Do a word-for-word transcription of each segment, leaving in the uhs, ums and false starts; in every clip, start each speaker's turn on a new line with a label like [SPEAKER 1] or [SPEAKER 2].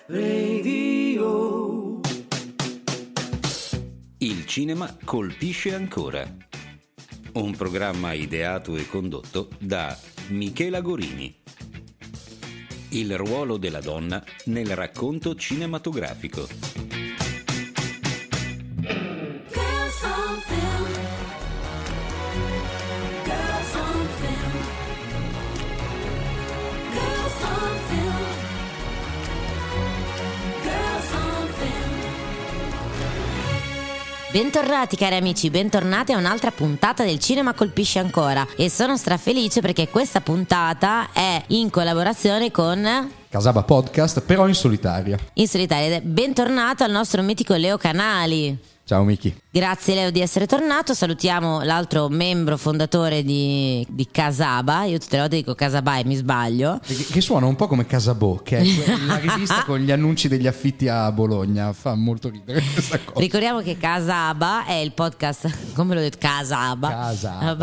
[SPEAKER 1] Radio.
[SPEAKER 2] Il cinema colpisce ancora. Un programma ideato e condotto da Michela Gorini. Il ruolo della donna nel racconto cinematografico.
[SPEAKER 3] Bentornati cari amici, bentornati a un'altra puntata del Cinema Colpisce Ancora e sono strafelice perché questa puntata è in collaborazione con
[SPEAKER 4] Casaba Podcast, però in solitaria.
[SPEAKER 3] In solitaria. Bentornato al nostro mitico Leo Canali.
[SPEAKER 4] Ciao Miki.
[SPEAKER 3] Grazie Leo di essere tornato. Salutiamo l'altro membro fondatore di, di Casaba. Io tutte le volte dico Casaba e mi sbaglio.
[SPEAKER 4] Che, che suona un po' come Casabò, che è la rivista con gli annunci degli affitti a Bologna. Fa molto ridere questa cosa.
[SPEAKER 3] Ricordiamo che Casaba è il podcast, come l'ho detto, Casaba,
[SPEAKER 4] Casaba.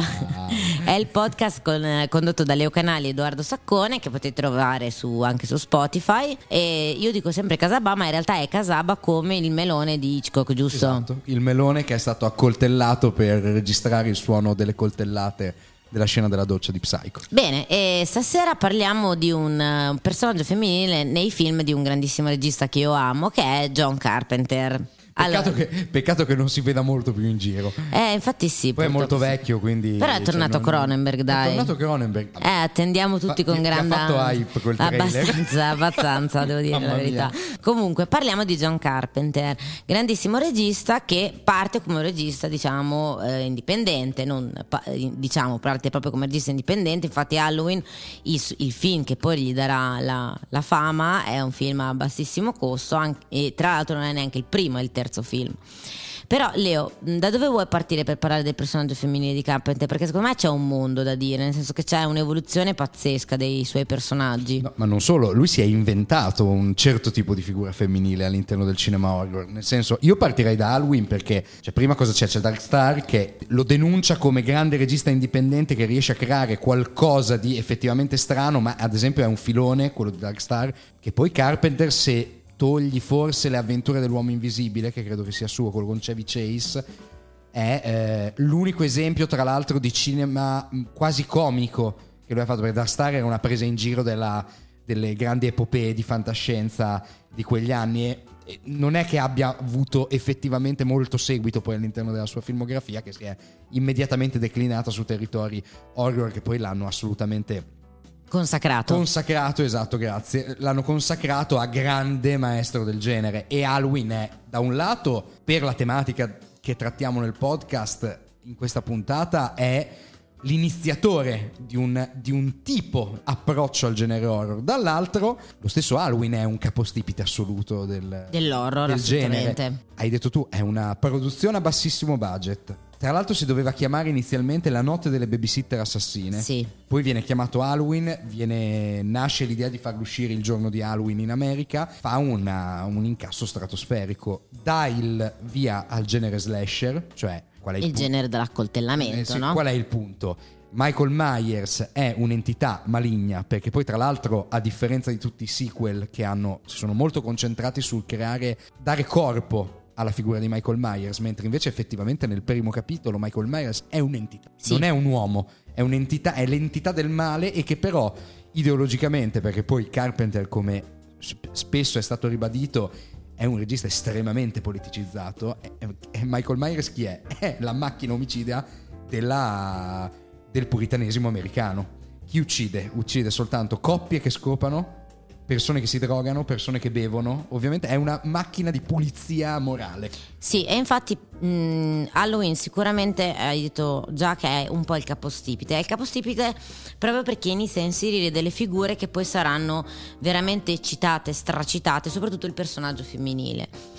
[SPEAKER 3] È il podcast con, condotto da Leo Canali e Edoardo Saccone, che potete trovare su, anche su Spotify. E io dico sempre Casaba, ma in realtà è Casaba come il melone di Hitchcock, giusto?
[SPEAKER 4] Esatto. Il melone che è stato accoltellato per registrare il suono delle coltellate della scena della doccia di Psycho.
[SPEAKER 3] Bene, e stasera parliamo di un, un personaggio femminile nei film di un grandissimo regista che io amo, che è John Carpenter.
[SPEAKER 4] Peccato,
[SPEAKER 3] Allora,
[SPEAKER 4] che, peccato che non si veda molto più in giro.
[SPEAKER 3] Eh, infatti sì.
[SPEAKER 4] Poi è molto vecchio, quindi.
[SPEAKER 3] Però è tornato
[SPEAKER 4] cioè, non...
[SPEAKER 3] Cronenberg, dai.
[SPEAKER 4] È tornato Cronenberg.
[SPEAKER 3] Eh, attendiamo tutti
[SPEAKER 4] Ma
[SPEAKER 3] con
[SPEAKER 4] ti-
[SPEAKER 3] grande.
[SPEAKER 4] ti ha fatto hype quel trailer?
[SPEAKER 3] Abbastanza, abbastanza, devo dire
[SPEAKER 4] Mamma
[SPEAKER 3] la verità.
[SPEAKER 4] mia.
[SPEAKER 3] Comunque, parliamo di John Carpenter, grandissimo regista che parte come un regista, diciamo, eh, indipendente, non pa- diciamo, parte proprio come regista indipendente. Infatti, Halloween, il, il film che poi gli darà la, la fama, è un film a bassissimo costo, anche, e tra l'altro non è neanche il primo, è il terzo film. Però Leo, da dove vuoi partire per parlare del personaggio femminile di Carpenter? Perché secondo me c'è un mondo da dire, nel senso che c'è un'evoluzione pazzesca dei suoi personaggi.
[SPEAKER 4] No, ma non solo, lui si è inventato un certo tipo di figura femminile all'interno del cinema horror. Nel senso, io partirei da Halloween perché, cioè, prima cosa c'è? C'è Dark Star che lo denuncia come grande regista indipendente che riesce a creare qualcosa di effettivamente strano, ma ad esempio è un filone, quello di Dark Star, che poi Carpenter, se togli forse Le avventure dell'uomo invisibile, che credo che sia suo, quello con Chevy Chase, è eh, l'unico esempio tra l'altro di cinema quasi comico che lui ha fatto, perché Dark Star era una presa in giro della, delle grandi epopee di fantascienza di quegli anni e, e non è che abbia avuto effettivamente molto seguito poi all'interno della sua filmografia, che si è immediatamente declinata su territori horror che poi l'hanno assolutamente
[SPEAKER 3] Consacrato.
[SPEAKER 4] Consacrato, esatto, grazie. L'hanno consacrato a grande maestro del genere. E Halloween è, da un lato, per la tematica che trattiamo nel podcast in questa puntata, è l'iniziatore di un, di un tipo approccio al genere horror. Dall'altro, lo stesso Halloween è un capostipite assoluto del,
[SPEAKER 3] dell'horror,
[SPEAKER 4] del
[SPEAKER 3] assolutamente.
[SPEAKER 4] genere. Hai detto tu, è una produzione a bassissimo budget. Tra l'altro si doveva chiamare inizialmente La notte delle babysitter assassine.
[SPEAKER 3] Sì.
[SPEAKER 4] Poi viene chiamato Halloween, viene, nasce l'idea di farlo uscire il giorno di Halloween in America, fa una, un incasso stratosferico, dà il via al genere slasher, cioè qual è il,
[SPEAKER 3] Il
[SPEAKER 4] punto?
[SPEAKER 3] genere dell'accoltellamento,
[SPEAKER 4] Eh, sì,
[SPEAKER 3] no?
[SPEAKER 4] Qual è il punto? Michael Myers è un'entità maligna, perché poi tra l'altro, a differenza di tutti i sequel che hanno, si sono molto concentrati sul creare, dare corpo alla figura di Michael Myers, mentre invece effettivamente nel primo capitolo Michael Myers è un'entità,
[SPEAKER 3] sì.
[SPEAKER 4] Non è un uomo, è un'entità, è l'entità del male, e che però ideologicamente, perché poi Carpenter, come spesso è stato ribadito, è un regista estremamente politicizzato, e Michael Myers chi è? È la macchina omicida della, del puritanesimo americano. Chi uccide? Uccide soltanto coppie che scopano, persone che si drogano, persone che bevono. Ovviamente è una macchina di pulizia morale.
[SPEAKER 3] Sì, e infatti mh, Halloween sicuramente hai detto già che è un po' il capostipite. È il capostipite proprio perché inizia a inserire delle figure che poi saranno veramente citate, stracitate, soprattutto il personaggio femminile.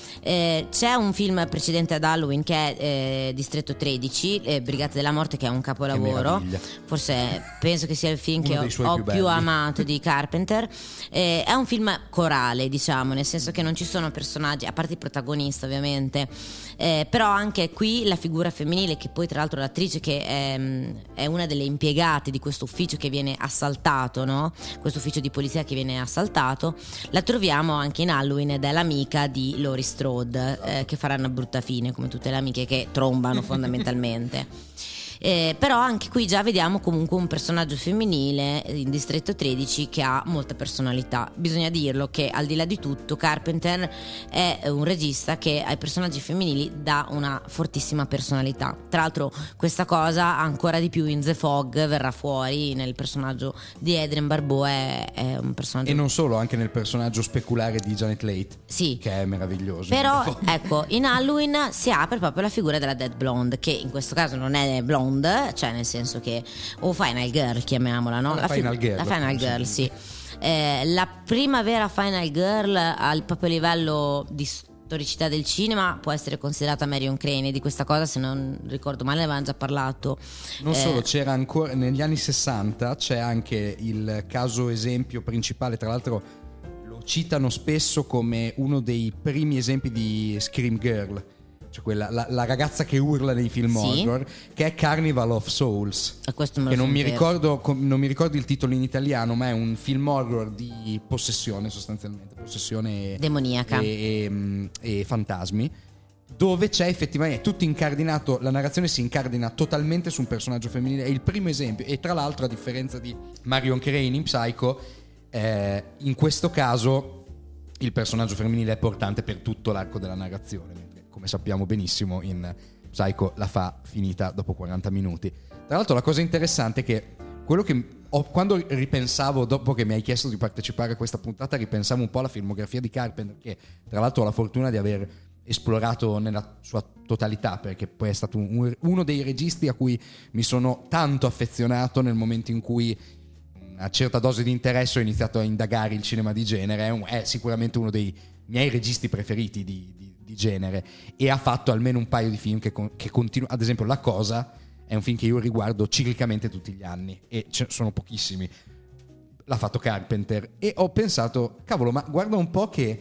[SPEAKER 3] Eh, c'è un film precedente ad Halloween che è eh, Distretto tredici, eh, Brigate della Morte, che è un capolavoro. Forse penso che sia il film
[SPEAKER 4] Uno
[SPEAKER 3] che ho,
[SPEAKER 4] ho
[SPEAKER 3] più,
[SPEAKER 4] più
[SPEAKER 3] più amato di Carpenter. Eh, è un film corale, diciamo, nel senso che non ci sono personaggi, a parte il protagonista ovviamente, eh, però anche qui la figura femminile, che poi tra l'altro l'attrice che è, è una delle impiegate di questo ufficio che viene assaltato, no? Questo ufficio di polizia che viene assaltato, la troviamo anche in Halloween ed è l'amica di Laurie Strode, eh, che farà una brutta fine come tutte le amiche che trombano fondamentalmente. Eh, però anche qui già vediamo comunque un personaggio femminile in Distretto tredici che ha molta personalità. Bisogna dirlo che al di là di tutto Carpenter è un regista che ai personaggi femminili dà una fortissima personalità. Tra l'altro questa cosa ancora di più in The Fog verrà fuori nel personaggio di Adrienne Barbeau, è, è un personaggio,
[SPEAKER 4] e non solo, anche nel personaggio speculare di Janet Leigh,
[SPEAKER 3] sì,
[SPEAKER 4] che è meraviglioso.
[SPEAKER 3] però ecco, in Halloween si apre proprio la figura della Dead Blonde, che in questo caso non è blonde, cioè nel senso che, o Final Girl chiamiamola, no?
[SPEAKER 4] La,
[SPEAKER 3] la
[SPEAKER 4] Final
[SPEAKER 3] fi-
[SPEAKER 4] Girl,
[SPEAKER 3] la Final Girl, sì. Eh, la prima vera Final Girl al proprio livello di storicità del cinema può essere considerata Marion Crane. Di questa cosa, se non ricordo male, ne avevamo già parlato.
[SPEAKER 4] Non
[SPEAKER 3] eh,
[SPEAKER 4] solo, c'era ancora negli anni sessanta, c'è anche il caso esempio principale, tra l'altro lo citano spesso come uno dei primi esempi di Scream Girl, cioè quella, la, la ragazza che urla nei film
[SPEAKER 3] sì,
[SPEAKER 4] horror, che è Carnival of Souls,
[SPEAKER 3] e questo me lo
[SPEAKER 4] che non mi,
[SPEAKER 3] sono
[SPEAKER 4] ricordo, non mi ricordo il titolo in italiano, ma è un film horror di possessione, sostanzialmente possessione
[SPEAKER 3] demoniaca
[SPEAKER 4] e, e, e fantasmi, dove c'è effettivamente tutto incardinato, la narrazione si incardina totalmente su un personaggio femminile. È il primo esempio, e tra l'altro, a differenza di Marion Crane in Psycho, eh, in questo caso il personaggio femminile è portante per tutto l'arco della narrazione, mentre, come sappiamo benissimo, in Psycho la fa finita dopo quaranta minuti. Tra l'altro la cosa interessante è che quello che ho, quando ripensavo, dopo che mi hai chiesto di partecipare a questa puntata, ripensavo un po' alla filmografia di Carpenter, che tra l'altro ho la fortuna di aver esplorato nella sua totalità, perché poi è stato un, uno dei registi a cui mi sono tanto affezionato nel momento in cui una certa dose di interesse ho iniziato a indagare il cinema di genere. È, un, è sicuramente uno dei miei registi preferiti di, di, di genere, e ha fatto almeno un paio di film che, che continuano. Ad esempio La Cosa è un film che io riguardo ciclicamente tutti gli anni, e ce sono pochissimi. L'ha fatto Carpenter, e ho pensato, cavolo, ma guarda un po' che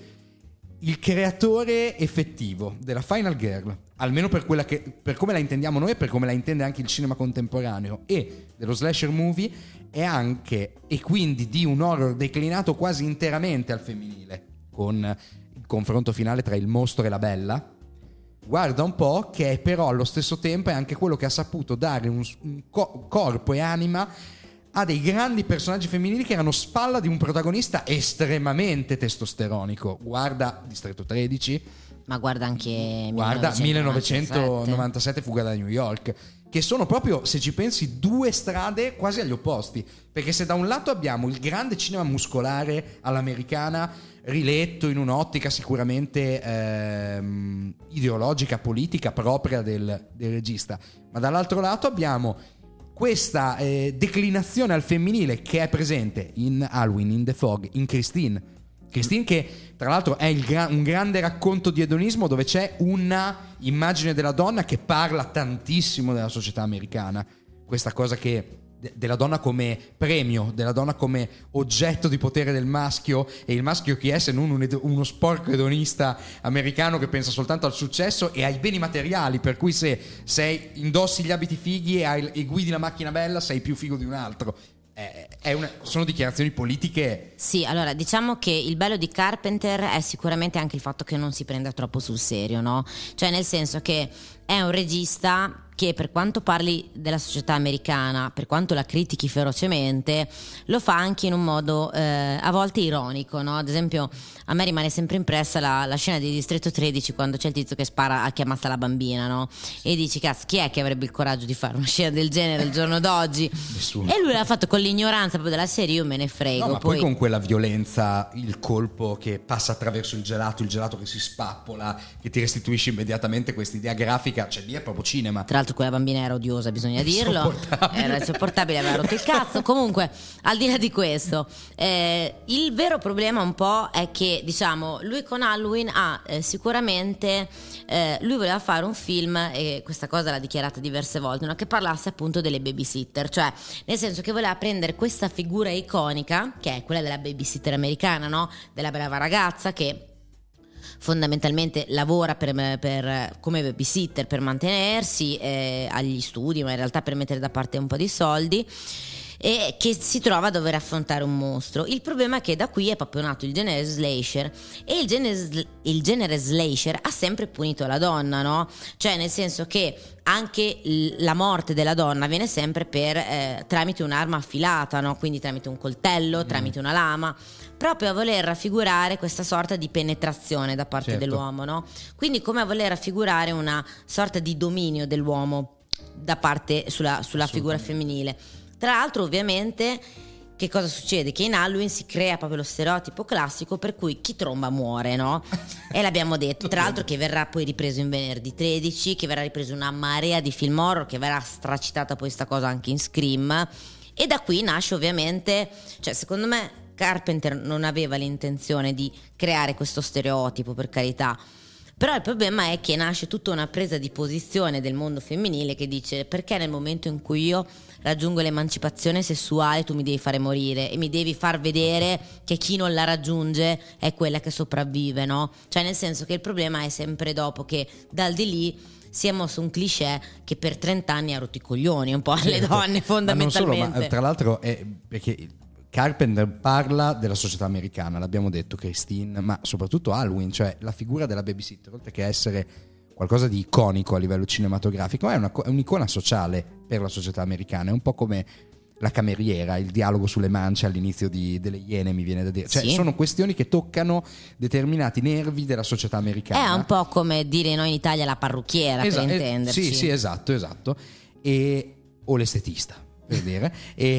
[SPEAKER 4] il creatore effettivo della Final Girl, almeno per quella che, per come la intendiamo noi e per come la intende anche il cinema contemporaneo, e dello slasher movie, è anche, e quindi di un horror declinato quasi interamente al femminile, con il confronto finale tra il mostro e la bella. Guarda un po' che però allo stesso tempo è anche quello che ha saputo dare un, un co- corpo e anima a dei grandi personaggi femminili che erano spalla di un protagonista estremamente testosteronico. Guarda Distretto tredici,
[SPEAKER 3] ma guarda anche
[SPEAKER 4] guarda millenovecentonovantasette Fuga da New York, che sono proprio, se ci pensi, due strade quasi agli opposti, perché se da un lato abbiamo il grande cinema muscolare all'americana, riletto in un'ottica sicuramente ehm, ideologica, politica, propria del, del regista, ma dall'altro lato abbiamo questa eh, declinazione al femminile che è presente in Halloween, in The Fog, in Christine. Christine, che tra l'altro è il gra- un grande racconto di edonismo, dove c'è una immagine della donna che parla tantissimo della società americana. Questa cosa che de- della donna come premio, della donna come oggetto di potere del maschio, e il maschio chi è se non un ed- uno sporco edonista americano che pensa soltanto al successo e ai beni materiali, per cui se sei indossi gli abiti fighi e, hai, e guidi la macchina bella sei più figo di un altro. È una, sono dichiarazioni politiche.
[SPEAKER 3] Sì, allora diciamo che il bello di Carpenter è sicuramente anche il fatto che non si prenda troppo sul serio, no? Cioè, nel senso che è un regista che, per quanto parli della società americana, per quanto la critichi ferocemente, lo fa anche in un modo eh, a volte ironico, no? Ad esempio, a me rimane sempre impressa la, la scena di Distretto tredici, quando c'è il tizio che spara a chi ammazza la bambina, no? E dici, cazzo, chi è che avrebbe il coraggio di fare una scena del genere al giorno d'oggi?
[SPEAKER 4] Nessuno.
[SPEAKER 3] E lui l'ha fatto con l'ignoranza proprio della serie, io me ne frego.
[SPEAKER 4] No, ma
[SPEAKER 3] poi...
[SPEAKER 4] poi con quella violenza, il colpo che passa attraverso il gelato, il gelato che si spappola, che ti restituisce immediatamente questa idea grafica, cioè lì è proprio cinema.
[SPEAKER 3] Tra l'altro quella bambina era odiosa, bisogna dirlo, era insopportabile, aveva rotto il cazzo. Comunque, al di là di questo, eh, il vero problema un po' è che, diciamo, lui con Halloween ha eh, sicuramente eh, lui voleva fare un film, e questa cosa l'ha dichiarata diverse volte, no? Che parlasse appunto delle babysitter, cioè nel senso che voleva prendere questa figura iconica che è quella della babysitter americana, no? Della brava ragazza che fondamentalmente lavora per, per, come babysitter per mantenersi eh, agli studi, ma in realtà per mettere da parte un po' di soldi, e che si trova a dover affrontare un mostro. Il problema è che da qui è proprio nato il genere slasher, e il genere, il genere slasher ha sempre punito la donna, no? Cioè nel senso che anche la morte della donna avviene sempre per eh, tramite un'arma affilata, no? Quindi tramite un coltello, mm. tramite una lama, proprio a voler raffigurare questa sorta di penetrazione da parte certo. dell'uomo, no? Quindi come a voler raffigurare una sorta di dominio dell'uomo da parte sulla, sulla figura femminile. Tra l'altro, ovviamente, che cosa succede? Che in Halloween si crea proprio lo stereotipo classico per cui chi tromba muore, no? E l'abbiamo detto, tra l'altro, che verrà poi ripreso in Venerdì tredici, che verrà ripreso una marea di film horror, che verrà stracitata poi sta cosa anche in Scream, e da qui nasce ovviamente, cioè secondo me Carpenter non aveva l'intenzione di creare questo stereotipo, per carità. Però il problema è che nasce tutta una presa di posizione del mondo femminile che dice: perché nel momento in cui io raggiungo l'emancipazione sessuale tu mi devi fare morire e mi devi far vedere che chi non la raggiunge è quella che sopravvive, no? Cioè nel senso che il problema è sempre dopo che dal di lì si è mosso un cliché che per trenta anni ha rotto i coglioni un po' alle
[SPEAKER 4] certo.
[SPEAKER 3] donne fondamentalmente.
[SPEAKER 4] Ma non solo, ma tra l'altro è perché Carpenter parla della società americana, l'abbiamo detto, Christine, ma soprattutto Halloween, cioè la figura della babysitter, oltre che essere qualcosa di iconico a livello cinematografico, è, una, è un'icona sociale per la società americana, è un po' come la cameriera, il dialogo sulle mance all'inizio di, delle Iene, mi viene da dire, cioè sì. sono questioni che toccano determinati nervi della società americana.
[SPEAKER 3] È un po' come dire noi in Italia la parrucchiera, Esa- per intenderci.
[SPEAKER 4] Sì, sì, esatto, esatto. E, o l'estetista, per dire.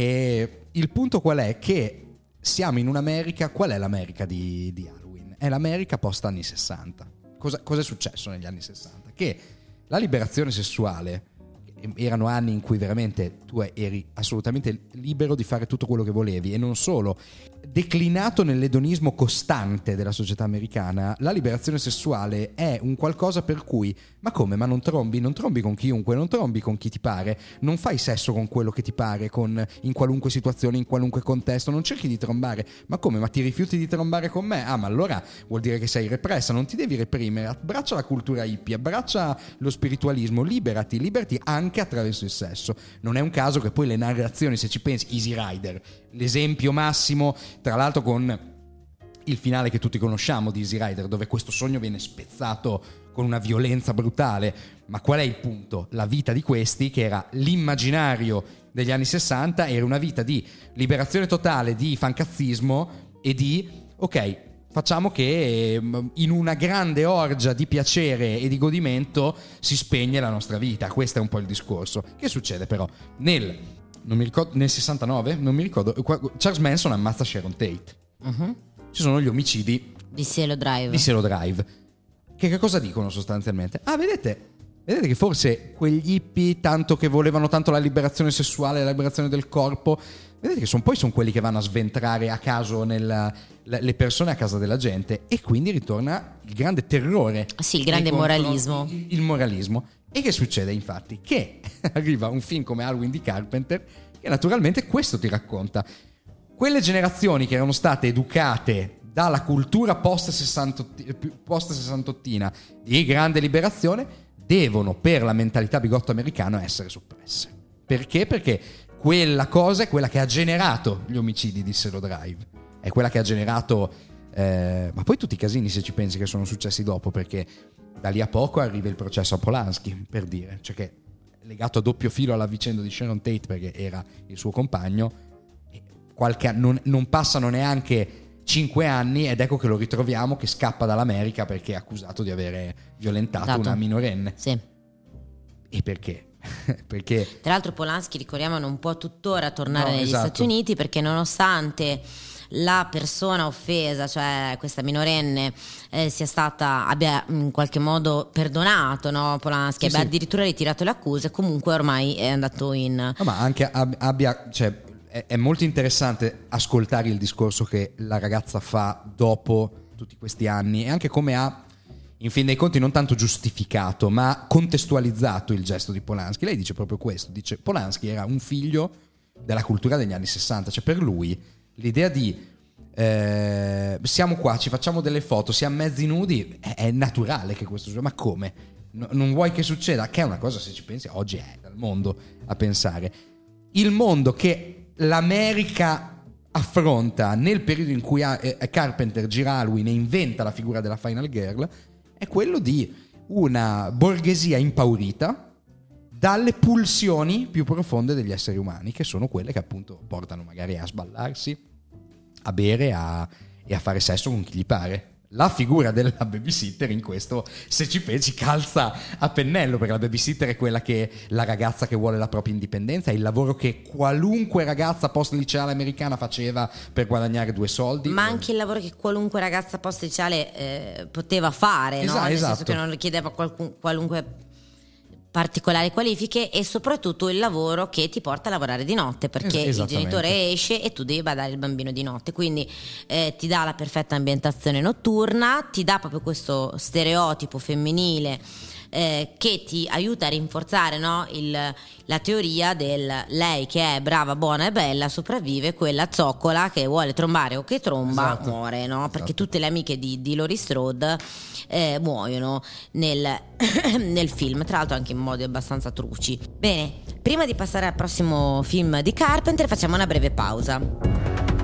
[SPEAKER 4] E il punto qual è? Che siamo in un'America, qual è l'America di, di Halloween? È l'America post anni sessanta. Cosa, cosa è successo negli anni sessanta? Che la liberazione sessuale, erano anni in cui veramente tu eri assolutamente libero di fare tutto quello che volevi, e non solo, declinato nell'edonismo costante della società americana, la liberazione sessuale è un qualcosa per cui, ma come, ma non trombi? Non trombi con chiunque, non trombi con chi ti pare, non fai sesso con quello che ti pare, con, in qualunque situazione, in qualunque contesto, non cerchi di trombare, ma come, ma ti rifiuti di trombare con me? Ah, ma allora vuol dire che sei repressa, non ti devi reprimere, abbraccia la cultura hippie, abbraccia lo spiritualismo, liberati, liberati anche attraverso il sesso. Non è un caso che poi le narrazioni, se ci pensi, Easy Rider, l'esempio massimo, tra l'altro con il finale che tutti conosciamo di Easy Rider, dove questo sogno viene spezzato con una violenza brutale. Ma qual è il punto? La vita di questi, che era l'immaginario degli anni sessanta, era una vita di liberazione totale, di fancazzismo e di ok, facciamo che in una grande orgia di piacere e di godimento si spegne la nostra vita. Questo è un po' il discorso. Che succede però? Nel, non mi ricordo, nel sessantanove, non mi ricordo, Charles Manson ammazza Sharon Tate. Uh-huh. Ci sono gli omicidi
[SPEAKER 3] di Cielo Drive.
[SPEAKER 4] Di Cielo Drive. Che, che cosa dicono sostanzialmente? Ah, vedete, vedete che forse quegli hippie, tanto che volevano tanto la liberazione sessuale, la liberazione del corpo, vedete che sono, poi sono quelli che vanno a sventrare a caso nella, le persone a casa della gente, e quindi ritorna il grande terrore.
[SPEAKER 3] Sì, il grande moralismo.
[SPEAKER 4] Il, il moralismo. E che succede infatti? Che arriva un film come Halloween di Carpenter che naturalmente questo ti racconta. Quelle generazioni che erano state educate dalla cultura post-sessantottina di grande liberazione devono, per la mentalità bigotto americana, essere soppresse. Perché? Perché quella cosa è quella che ha generato gli omicidi di Cielo Drive, è quella che ha generato eh, ma poi tutti i casini, se ci pensi, che sono successi dopo, perché da lì a poco arriva il processo a Polanski, per dire, cioè che è legato a doppio filo alla vicenda di Sharon Tate perché era il suo compagno. Qualche, non, non passano neanche cinque anni ed ecco che lo ritroviamo che scappa dall'America perché è accusato di avere violentato esatto. una minorenne.
[SPEAKER 3] Sì.
[SPEAKER 4] E perché? Perché
[SPEAKER 3] tra l'altro Polanski, ricordiamo, non può tuttora tornare no, negli
[SPEAKER 4] esatto.
[SPEAKER 3] Stati Uniti perché nonostante la persona offesa, cioè questa minorenne, eh, sia stata, abbia in qualche modo perdonato, no? Polanski
[SPEAKER 4] Sì,
[SPEAKER 3] abbia
[SPEAKER 4] sì.
[SPEAKER 3] addirittura ritirato le accuse, comunque ormai è andato in...
[SPEAKER 4] No, ma anche ab- abbia, cioè, è, è molto interessante ascoltare il discorso che la ragazza fa dopo tutti questi anni e anche come ha, in fin dei conti, non tanto giustificato ma contestualizzato il gesto di Polanski. Lei dice proprio questo, dice Polanski era un figlio della cultura degli anni sessanta, cioè per lui l'idea di eh, siamo qua, ci facciamo delle foto, siamo mezzi nudi, è, è naturale che questo succeda. Ma come? No, non vuoi che succeda? Che è una cosa, se ci pensi, oggi è dal mondo a pensare. Il mondo che l'America affronta nel periodo in cui ha, eh, Carpenter gira Halloween e inventa la figura della Final Girl è quello di una borghesia impaurita dalle pulsioni più profonde degli esseri umani, che sono quelle che appunto portano magari a sballarsi, a bere a, e a fare sesso con chi gli pare. La figura della babysitter in questo, se ci pensi, calza a pennello, perché la babysitter è quella che la ragazza che vuole la propria indipendenza, è il lavoro che qualunque ragazza post-liceale americana faceva per guadagnare due soldi.
[SPEAKER 3] Ma anche il lavoro che qualunque ragazza post-liceale eh, poteva fare,
[SPEAKER 4] Esatto,
[SPEAKER 3] no? Nel
[SPEAKER 4] esatto.
[SPEAKER 3] senso che non richiedeva qualcun, qualunque particolari qualifiche, e soprattutto il lavoro che ti porta a lavorare di notte, perché
[SPEAKER 4] Es-
[SPEAKER 3] il genitore
[SPEAKER 4] esattamente.
[SPEAKER 3] esce e tu devi badare il bambino di notte, quindi eh, ti dà la perfetta ambientazione notturna, ti dà proprio questo stereotipo femminile eh, che ti aiuta a rinforzare, no? il, la teoria del lei che è brava, buona e bella sopravvive, quella zoccola che vuole trombare o che tromba
[SPEAKER 4] Esatto.
[SPEAKER 3] muore, no? Perché
[SPEAKER 4] Esatto.
[SPEAKER 3] tutte le amiche di, di Laurie Strode eh, muoiono nel, nel film, tra l'altro anche in modi abbastanza truci. Bene, prima di passare al prossimo film di Carpenter facciamo una breve pausa.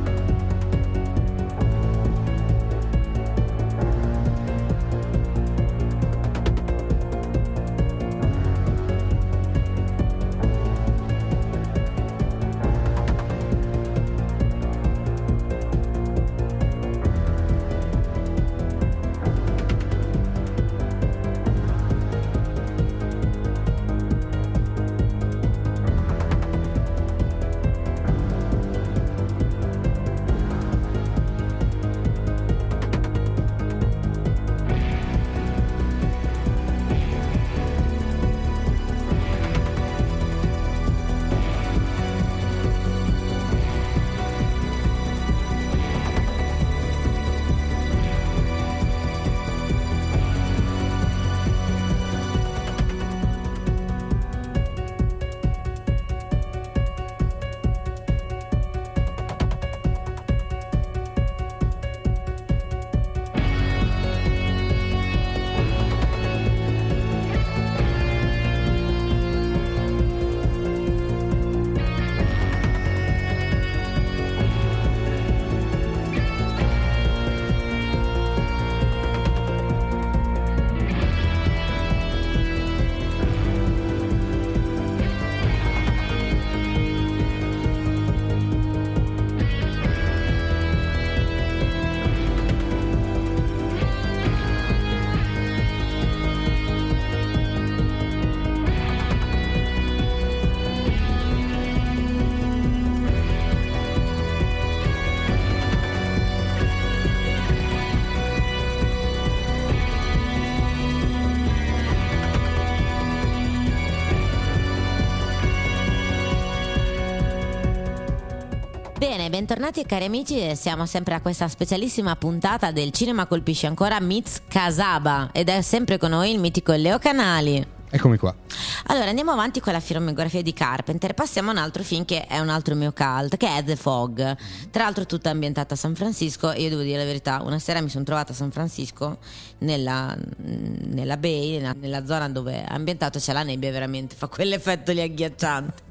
[SPEAKER 3] Bene, bentornati cari amici, siamo sempre a questa specialissima puntata del Cinema Colpisce Ancora meets Casaba ed è sempre con noi il mitico Leo Canali.
[SPEAKER 4] Eccomi qua.
[SPEAKER 3] Allora andiamo avanti con la filmografia di Carpenter, passiamo a un altro film che è un altro mio cult, che è The Fog, tra l'altro tutta ambientata a San Francisco. E io devo dire la verità, una sera mi sono trovata a San Francisco nella, nella Bay, nella, nella zona dove è ambientato c'è la nebbia, veramente fa quell'effetto lì agghiacciante.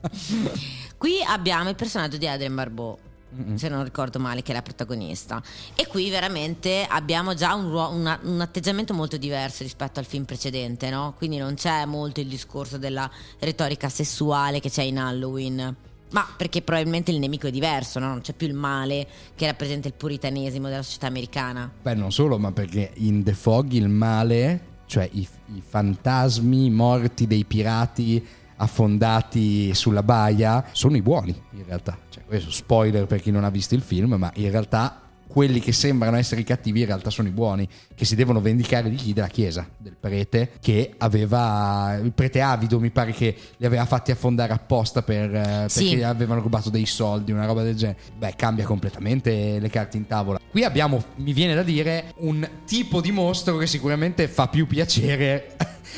[SPEAKER 3] Qui abbiamo il personaggio di Adrienne Barbeau, Mm-mm. se non ricordo male, che è la protagonista, e qui veramente abbiamo già un, ruo- una, un atteggiamento molto diverso rispetto al film precedente, no? Quindi non c'è molto il discorso della retorica sessuale che c'è in Halloween, ma perché probabilmente il nemico è diverso, no? Non c'è più il male che rappresenta il puritanesimo della società americana.
[SPEAKER 4] Beh, non solo, ma perché in The Fog il male, cioè i, i fantasmi morti dei pirati affondati sulla baia sono i buoni in realtà, cioè, questo spoiler per chi non ha visto il film, ma in realtà quelli che sembrano essere i cattivi in realtà sono i buoni, che si devono vendicare di chi? Della chiesa, del prete, che aveva, il prete avido mi pare che li aveva fatti affondare apposta per,
[SPEAKER 3] sì.
[SPEAKER 4] perché avevano rubato dei soldi, una roba del genere. Beh, cambia completamente le carte in tavola. Qui abbiamo, mi viene da dire, un tipo di mostro che sicuramente fa più piacere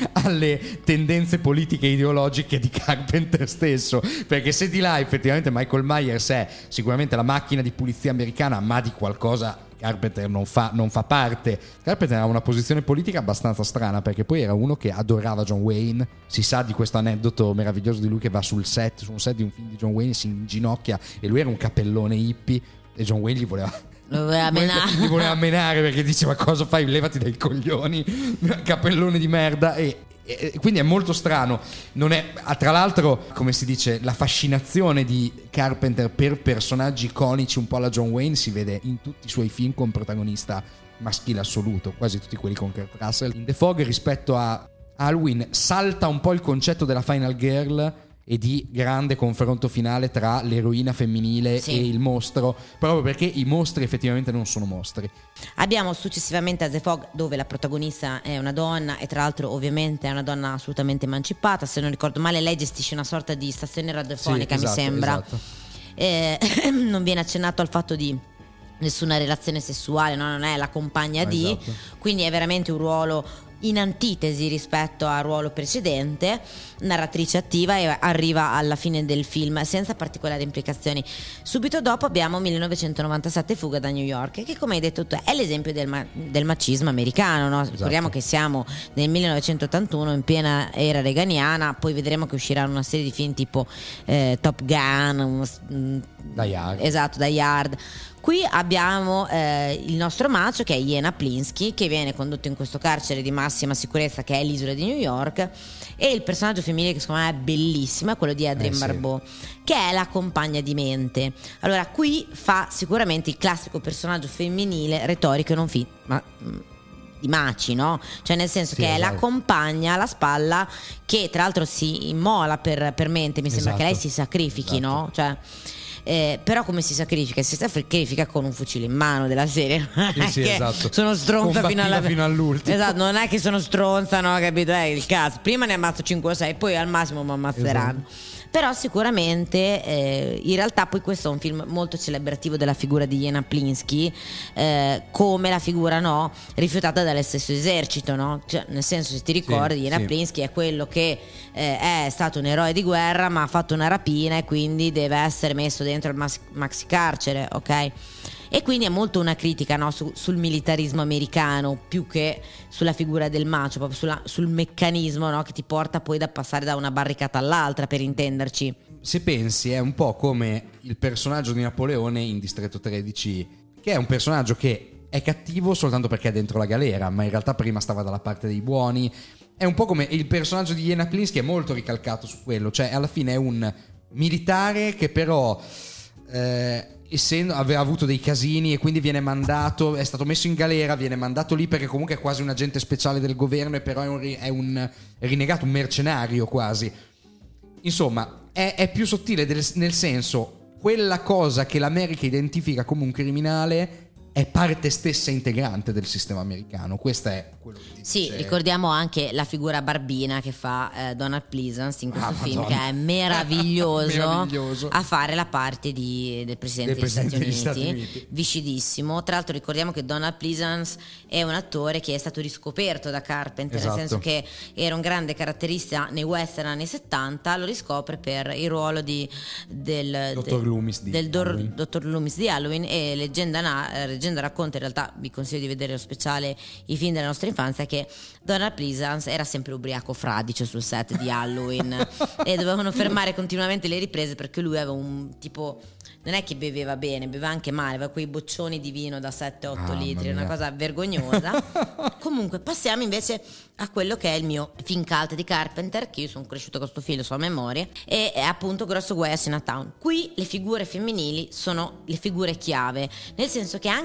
[SPEAKER 4] alle tendenze politiche e ideologiche di Carpenter stesso, perché se di là effettivamente Michael Myers è sicuramente la macchina di pulizia americana, ma di qualcosa Carpenter non fa, non fa parte. Carpenter ha una posizione politica abbastanza strana, perché poi era uno che adorava John Wayne. Si sa di questo aneddoto meraviglioso di lui che va sul set, su un set di un film di John Wayne, si inginocchia e lui era un capellone hippie e John Wayne gli voleva
[SPEAKER 3] Lo voleva menare.
[SPEAKER 4] Gli voleva menare perché diceva: cosa fai? Levati dai coglioni, capellone di merda. E, e quindi è molto strano. Non è, tra l'altro, come si dice, la fascinazione di Carpenter per personaggi iconici un po' alla John Wayne si vede in tutti i suoi film con protagonista maschile assoluto, quasi tutti quelli con Kurt Russell. In The Fog, rispetto a Halloween, salta un po' il concetto della Final Girl e di grande confronto finale tra l'eroina femminile
[SPEAKER 3] sì.
[SPEAKER 4] e il mostro, proprio perché i mostri effettivamente non sono mostri.
[SPEAKER 3] Abbiamo successivamente a The Fog, dove la protagonista è una donna e tra l'altro ovviamente è una donna assolutamente emancipata, se non ricordo male lei gestisce una sorta di stazione radiofonica, sì, esatto, mi sembra, esatto. eh, non viene accennato al fatto di nessuna relazione sessuale, no? Non è la compagna di, esatto. Quindi è veramente un ruolo in antitesi rispetto al ruolo precedente, narratrice attiva, e arriva alla fine del film senza particolari implicazioni. Subito dopo abbiamo millenovecentonovantasette, Fuga da New York, che come hai detto tu è l'esempio del, ma- del macismo americano, no? Esatto. Ricordiamo che siamo nel millenovecentottantuno, in piena era reganiana, poi vedremo che usciranno una serie di film tipo eh, Top Gun, um,
[SPEAKER 4] Die Hard.
[SPEAKER 3] Esatto, Die Hard. Qui abbiamo eh, il nostro macio, che è Jena Plinsky, che viene condotto in questo carcere di massima sicurezza che è l'isola di New York, e il personaggio femminile che secondo me è bellissimo è quello di Adrienne
[SPEAKER 4] eh,
[SPEAKER 3] Barbeau,
[SPEAKER 4] sì.
[SPEAKER 3] che è la compagna di mente. Allora qui fa sicuramente il classico personaggio femminile retorico e non fi- ma di maci, no? Cioè nel senso sì, che esatto. è la compagna alla spalla che tra l'altro si immola per, per mente, mi sembra esatto. che lei si sacrifichi, esatto. no? Cioè Eh, però come si sacrifica? Si sacrifica con un fucile in mano, della serie.
[SPEAKER 4] Sì, sì, esatto.
[SPEAKER 3] Sono stronza fino, alla...
[SPEAKER 4] fino all'ultimo.
[SPEAKER 3] Esatto, non è che sono stronza, no, capito? È il caso. Prima ne ammazzo cinque o sei, poi al massimo mi ammazzeranno. Esatto. Però sicuramente eh, in realtà poi questo è un film molto celebrativo della figura di Jena Plinsky, eh, come la figura no rifiutata dallo stesso esercito, no? Cioè, nel senso, se ti ricordi, sì, Jena sì. Plinsky è quello che eh, è stato un eroe di guerra ma ha fatto una rapina e quindi deve essere messo dentro il mas- maxi carcere, ok? E quindi è molto una critica, no, su, sul militarismo americano più che sulla figura del macio, proprio sulla, sul meccanismo, no, che ti porta poi da passare da una barricata all'altra, per intenderci.
[SPEAKER 4] Se pensi è un po' come il personaggio di Napoleone in Distretto tredici, che è un personaggio che è cattivo soltanto perché è dentro la galera, ma in realtà prima stava dalla parte dei buoni. È un po' come il personaggio di Jena Plinsky, è molto ricalcato su quello, cioè alla fine è un militare che però eh, essendo aveva avuto dei casini e quindi viene mandato, è stato messo in galera, viene mandato lì perché comunque è quasi un agente speciale del governo e però è un, è un rinnegato, un mercenario quasi. Insomma, è, è più sottile del, nel senso, quella cosa che l'America identifica come un criminale è parte stessa integrante del sistema americano. Questo è quello che dice.
[SPEAKER 3] Sì, ricordiamo anche la figura barbina che fa eh, Donald Pleasence in questo ah, film, Madonna. Che è meraviglioso, meraviglioso a fare la parte di, del presidente, del degli, presidente Stati, degli Stati Uniti, Uniti, viscidissimo. Tra l'altro ricordiamo che Donald Pleasence è un attore che è stato riscoperto da Carpenter, esatto. nel senso che era un grande caratterista nei western anni settanta, lo riscopre per il ruolo di del
[SPEAKER 4] dottor Loomis di
[SPEAKER 3] del Dor, dottor Loomis di Halloween, e leggenda, na, leggenda racconta, in realtà vi consiglio di vedere lo speciale I film della nostra infanzia, che Donald Pleasence era sempre ubriaco fradicio sul set di Halloween e dovevano fermare continuamente le riprese perché lui aveva un tipo, non è che beveva bene, beveva anche male, aveva quei boccioni di vino da sette otto ah, litri, una cosa vergognosa. Comunque passiamo invece a quello che è il mio film cult di Carpenter, che io sono cresciuto con sto film, so a memoria, e è appunto Grosso guai a Chinatown. Qui le figure femminili sono le figure chiave, nel senso che anche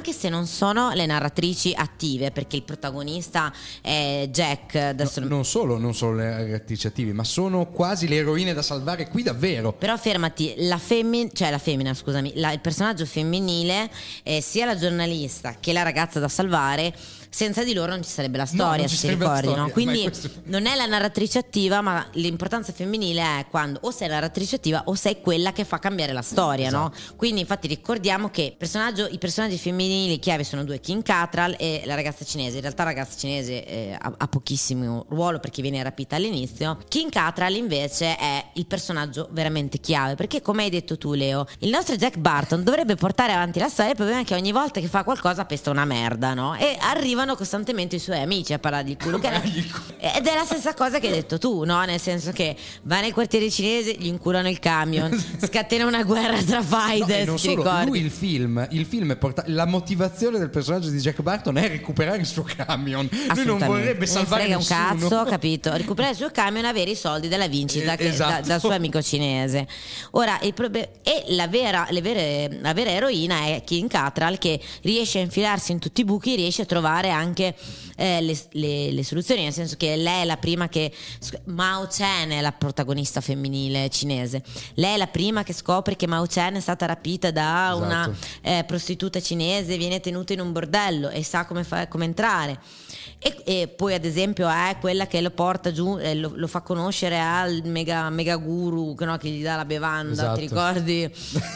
[SPEAKER 3] anche se non sono le narratrici attive, perché il protagonista è Jack. Adesso
[SPEAKER 4] no, non solo non sono le narratrici attive, ma sono quasi le eroine da salvare qui davvero.
[SPEAKER 3] Però fermati, la femmina, cioè la femmina, scusami, la, il personaggio femminile, eh, sia la giornalista che la ragazza da salvare, senza di loro non ci sarebbe la storia,
[SPEAKER 4] no,
[SPEAKER 3] se ti ricordi,
[SPEAKER 4] storia,
[SPEAKER 3] no? Quindi
[SPEAKER 4] questo...
[SPEAKER 3] non è la narratrice attiva, ma l'importanza femminile è quando o sei la narratrice attiva o sei quella che fa cambiare la storia, esatto. no? Quindi infatti ricordiamo che personaggio, i personaggi femminili chiave sono due, Kim Cattrall e la ragazza cinese. In realtà la ragazza cinese eh, ha, ha pochissimo ruolo perché viene rapita all'inizio. Kim Cattrall invece è il personaggio veramente chiave, perché come hai detto tu, Leo, il nostro Jack Burton dovrebbe portare avanti la storia. Il problema è che ogni volta che fa qualcosa pesta una merda, no? E arriva costantemente i suoi amici a parlare di culo, che era, ed è la stessa cosa che hai detto tu, no? Nel senso che va nel quartiere cinese, gli inculano il camion, scatena una guerra tra fighters,
[SPEAKER 4] no, non
[SPEAKER 3] ti
[SPEAKER 4] solo,
[SPEAKER 3] ricordi?
[SPEAKER 4] lui il film il film è porta- la motivazione del personaggio di Jack Burton è recuperare il suo camion. Lui non vorrebbe salvare
[SPEAKER 3] non
[SPEAKER 4] nessuno.
[SPEAKER 3] un cazzo, capito? Recuperare il suo camion e avere i soldi della vincita
[SPEAKER 4] eh,
[SPEAKER 3] che,
[SPEAKER 4] esatto.
[SPEAKER 3] da, dal suo amico cinese. Ora il prob- e la vera, le vere, la vera eroina è Kim Cattrall, che riesce a infilarsi in tutti i buchi, riesce a trovare anche Eh, le, le, le soluzioni, nel senso che lei è la prima che Mao Chen è la protagonista femminile cinese, lei è la prima che scopre che Mao Chen è stata rapita da
[SPEAKER 4] esatto.
[SPEAKER 3] una eh, prostituta cinese, viene tenuta in un bordello e sa come, fa, come entrare e, e poi ad esempio è quella che lo porta giù, eh, lo, lo fa conoscere al mega, mega guru, no, che gli dà la bevanda, esatto. Ti ricordi?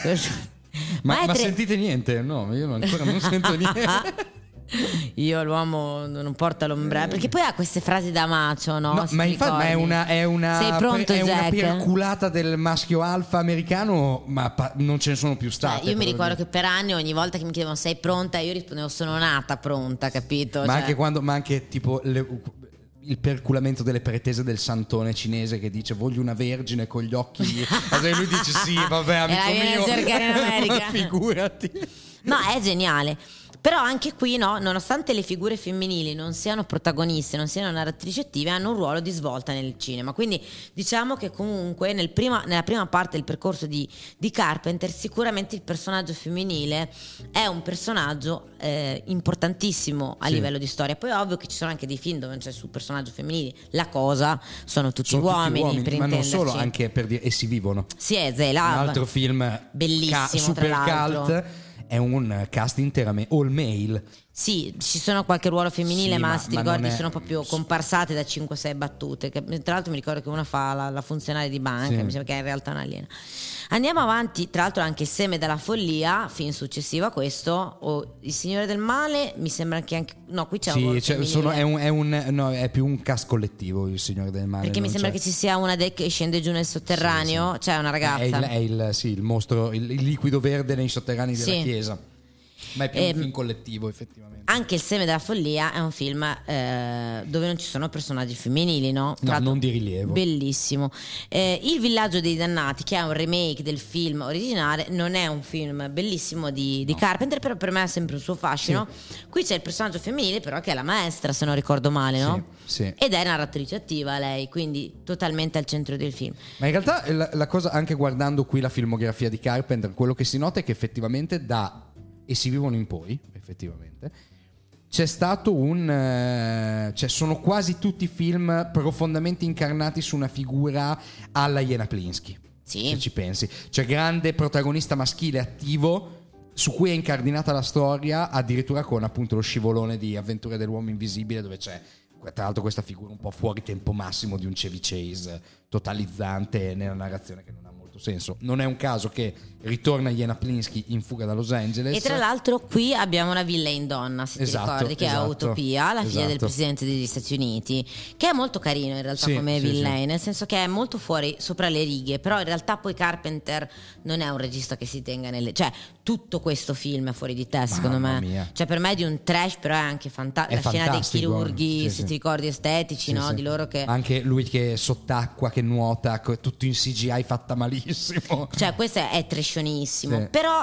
[SPEAKER 4] ma, ma, ma
[SPEAKER 3] tre...
[SPEAKER 4] sentite niente? No, io ancora non sento niente.
[SPEAKER 3] Io l'uomo non porta l'ombrello, perché poi ha queste frasi da macio, no?
[SPEAKER 4] no ma infatti ma è una è una,
[SPEAKER 3] Sei pronto,
[SPEAKER 4] è una
[SPEAKER 3] Jack?
[SPEAKER 4] perculata del maschio alfa americano, ma pa- non ce ne sono più state.
[SPEAKER 3] Cioè, io mi ricordo che per anni ogni volta che mi chiedevano sei pronta, io rispondevo sono nata pronta, capito?
[SPEAKER 4] Ma
[SPEAKER 3] cioè...
[SPEAKER 4] anche quando ma anche tipo le, il perculamento delle pretese del santone cinese che dice voglio una vergine con gli occhi allora lui dice sì vabbè amico
[SPEAKER 3] e la viene
[SPEAKER 4] mio
[SPEAKER 3] a cercare in America.
[SPEAKER 4] figurati.
[SPEAKER 3] No, è geniale. Però anche qui, no, nonostante le figure femminili non siano protagoniste, non siano narratrici attive, hanno un ruolo di svolta nel cinema. Quindi diciamo che comunque nel prima, nella prima parte del percorso di, di Carpenter sicuramente il personaggio femminile è un personaggio eh, importantissimo a sì. livello di storia. Poi è ovvio che ci sono anche dei film dove non c'è sul personaggio femminile, la cosa sono tutti sono uomini, tutti uomini per
[SPEAKER 4] ma non
[SPEAKER 3] intenderci.
[SPEAKER 4] solo, anche per dire Essi vivono.
[SPEAKER 3] Sì, è Zelav.
[SPEAKER 4] Un altro film
[SPEAKER 3] bellissimo,
[SPEAKER 4] ca- super
[SPEAKER 3] tra l'altro.
[SPEAKER 4] cult. È un cast interamente all male.
[SPEAKER 3] Sì, ci sono qualche ruolo femminile,
[SPEAKER 4] sì,
[SPEAKER 3] ma,
[SPEAKER 4] ma
[SPEAKER 3] se ti
[SPEAKER 4] ma
[SPEAKER 3] ricordi
[SPEAKER 4] è...
[SPEAKER 3] sono proprio comparsate da cinque sei battute. Che, tra l'altro mi ricordo che una fa la, la funzionaria di banca, sì. mi sembra che è in realtà un'aliena. Andiamo avanti, tra l'altro anche Il seme della follia, film successivo a questo, o Il Signore del Male, mi sembra che anche... No, qui c'è
[SPEAKER 4] sì,
[SPEAKER 3] un
[SPEAKER 4] cioè, sono, è, un, è, un, no, è più un cast collettivo Il Signore del Male.
[SPEAKER 3] Perché mi sembra c'è. che ci sia una de- che scende giù nel sotterraneo, sì, sì. C'è una ragazza.
[SPEAKER 4] È il, è il, sì, il mostro, il, il liquido verde nei sotterranei della
[SPEAKER 3] sì.
[SPEAKER 4] chiesa. Ma è più
[SPEAKER 3] eh,
[SPEAKER 4] un film collettivo effettivamente.
[SPEAKER 3] Anche Il seme della follia è un film eh, dove non ci sono personaggi femminili, no?
[SPEAKER 4] No, non di rilievo.
[SPEAKER 3] Bellissimo. eh, Il villaggio dei dannati, che è un remake del film originale, non è un film bellissimo di, di no. Carpenter, però per me ha sempre il suo fascino. Sì. Qui c'è il personaggio femminile però che è la maestra, se non ricordo male, no?
[SPEAKER 4] Sì, sì.
[SPEAKER 3] Ed è narratrice attiva lei, quindi totalmente al centro del film.
[SPEAKER 4] Ma in realtà la, la cosa, anche guardando qui la filmografia di Carpenter, quello che si nota è che effettivamente da E si vivono in poi, effettivamente c'è stato un eh, cioè sono quasi tutti film profondamente incarnati su una figura alla Jena Plinsky,
[SPEAKER 3] sì.
[SPEAKER 4] se ci pensi, cioè grande protagonista maschile attivo su cui è incardinata la storia, addirittura con appunto lo scivolone di Avventure dell'uomo invisibile, dove c'è tra l'altro questa figura un po' fuori tempo massimo di un Chevy Chase totalizzante nella narrazione che non ha molto senso. Non è un caso che ritorna Jena Plinsky in fuga da Los Angeles.
[SPEAKER 3] E tra l'altro qui abbiamo una villa in donna, se
[SPEAKER 4] esatto,
[SPEAKER 3] ti ricordi, che
[SPEAKER 4] esatto,
[SPEAKER 3] è Utopia, la figlia
[SPEAKER 4] esatto.
[SPEAKER 3] del presidente degli Stati Uniti, che è molto carino in realtà
[SPEAKER 4] sì,
[SPEAKER 3] come
[SPEAKER 4] sì,
[SPEAKER 3] villain,
[SPEAKER 4] sì.
[SPEAKER 3] nel senso che è molto fuori sopra le righe, però in realtà poi Carpenter non è un regista che si tenga nelle... cioè tutto questo film è fuori di te secondo
[SPEAKER 4] Mamma
[SPEAKER 3] me
[SPEAKER 4] mia.
[SPEAKER 3] Cioè per me è di un trash, però è anche fanta-
[SPEAKER 4] è
[SPEAKER 3] la scena dei chirurghi,
[SPEAKER 4] sì,
[SPEAKER 3] se
[SPEAKER 4] sì.
[SPEAKER 3] ti ricordi, estetici,
[SPEAKER 4] sì,
[SPEAKER 3] no?
[SPEAKER 4] Sì.
[SPEAKER 3] Di loro che...
[SPEAKER 4] anche lui che sott'acqua, che nuota, tutto in C G I fatta malissimo,
[SPEAKER 3] cioè questo è trashionissimo,
[SPEAKER 4] sì.
[SPEAKER 3] però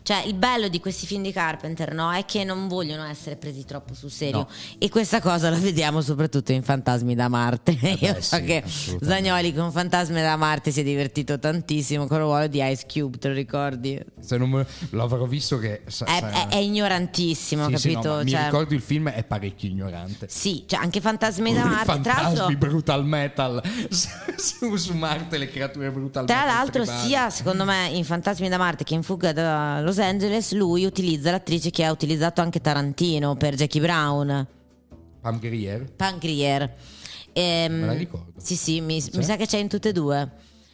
[SPEAKER 3] Cioè, il bello di questi film di Carpenter, no, è che non vogliono essere presi troppo sul serio.
[SPEAKER 4] No.
[SPEAKER 3] E questa cosa la vediamo soprattutto in Fantasmi da Marte.
[SPEAKER 4] Eh beh,
[SPEAKER 3] Io so
[SPEAKER 4] sì,
[SPEAKER 3] che
[SPEAKER 4] assolutamente.
[SPEAKER 3] Zagnoli con Fantasmi da Marte si è divertito tantissimo con il ruolo di Ice Cube, te lo ricordi?
[SPEAKER 4] Se non me- l'avrò visto che sa-
[SPEAKER 3] È,
[SPEAKER 4] sa-
[SPEAKER 3] è- è ignorantissimo,
[SPEAKER 4] Sì, sì, no,
[SPEAKER 3] capito?
[SPEAKER 4] ma mi
[SPEAKER 3] Cioè,
[SPEAKER 4] ricordo il film è parecchio ignorante.
[SPEAKER 3] sì, cioè anche Fantasmi da Marte. Tra
[SPEAKER 4] Fantasmi
[SPEAKER 3] l'altro,
[SPEAKER 4] brutal metal su, su Marte, le creature brutal
[SPEAKER 3] Tra
[SPEAKER 4] metal
[SPEAKER 3] l'altro,
[SPEAKER 4] tribali.
[SPEAKER 3] sia secondo me in Fantasmi da Marte che in Fuga da Los Angeles, lui utilizza l'attrice che ha utilizzato anche Tarantino per Jackie Brown,
[SPEAKER 4] Pam Grier.
[SPEAKER 3] Pam Grier. Ehm,
[SPEAKER 4] Me la ricordo.
[SPEAKER 3] Sì, sì, mi,
[SPEAKER 4] Sì.
[SPEAKER 3] mi sa che c'è in tutte e due.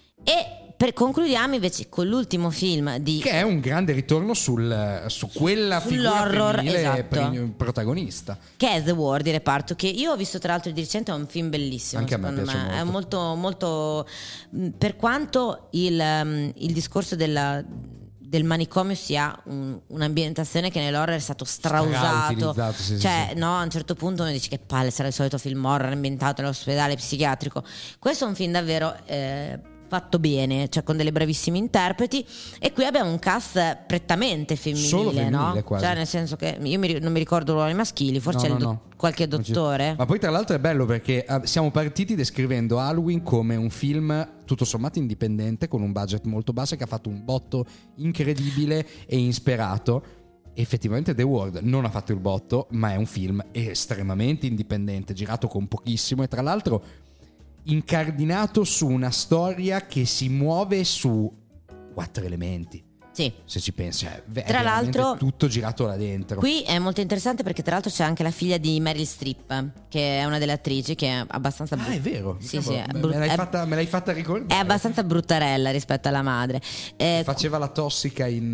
[SPEAKER 3] E per concludiamo invece con l'ultimo film di
[SPEAKER 4] Che è un grande ritorno sul, su quella
[SPEAKER 3] Sull'horror,
[SPEAKER 4] figura femminile
[SPEAKER 3] esatto.
[SPEAKER 4] pri- protagonista.
[SPEAKER 3] che è The War di reparto, che io ho visto tra l'altro di recente, è un film bellissimo.
[SPEAKER 4] Anche a me
[SPEAKER 3] secondo
[SPEAKER 4] piace
[SPEAKER 3] È
[SPEAKER 4] molto.
[SPEAKER 3] molto, molto mh, per quanto il, um, il discorso della, del manicomio sia un- un'ambientazione che nell'horror è stato strausato,
[SPEAKER 4] Strautilizzato, sì, sì,
[SPEAKER 3] cioè
[SPEAKER 4] sì.
[SPEAKER 3] no, a un certo punto uno dice che palle, sarà il solito film horror ambientato nell'ospedale psichiatrico. Questo è un film davvero eh, fatto bene, cioè con delle bravissimi interpreti, e qui abbiamo un cast prettamente femminile,
[SPEAKER 4] Solo femminile,
[SPEAKER 3] no?
[SPEAKER 4] quasi.
[SPEAKER 3] Cioè nel senso che io mi ri- non mi ricordo ruoli maschili, forse
[SPEAKER 4] No,
[SPEAKER 3] c'è il
[SPEAKER 4] no,
[SPEAKER 3] do-
[SPEAKER 4] no.
[SPEAKER 3] qualche
[SPEAKER 4] Non ci-
[SPEAKER 3] dottore.
[SPEAKER 4] Ma poi tra l'altro è bello perché eh, siamo partiti descrivendo Halloween come un film tutto sommato indipendente con un budget molto basso e che ha fatto un botto incredibile e insperato. Effettivamente The World non ha fatto il botto, ma è un film estremamente indipendente, girato con pochissimo e tra l'altro incardinato su una storia che si muove su quattro elementi.
[SPEAKER 3] Sì.
[SPEAKER 4] Se ci pensi, è ve- è
[SPEAKER 3] Tra
[SPEAKER 4] veramente
[SPEAKER 3] l'altro,
[SPEAKER 4] tutto girato là dentro.
[SPEAKER 3] Qui è molto interessante perché tra l'altro c'è anche la figlia di Meryl Streep, che è una delle attrici che è abbastanza
[SPEAKER 4] Ah, è vero.
[SPEAKER 3] Sì, sì, è
[SPEAKER 4] me,
[SPEAKER 3] brut-
[SPEAKER 4] me l'hai
[SPEAKER 3] è-
[SPEAKER 4] fatta, me l'hai fatta ricordare.
[SPEAKER 3] è abbastanza bruttarella rispetto alla madre. Eh,
[SPEAKER 4] Faceva la tossica in,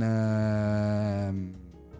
[SPEAKER 4] ehm,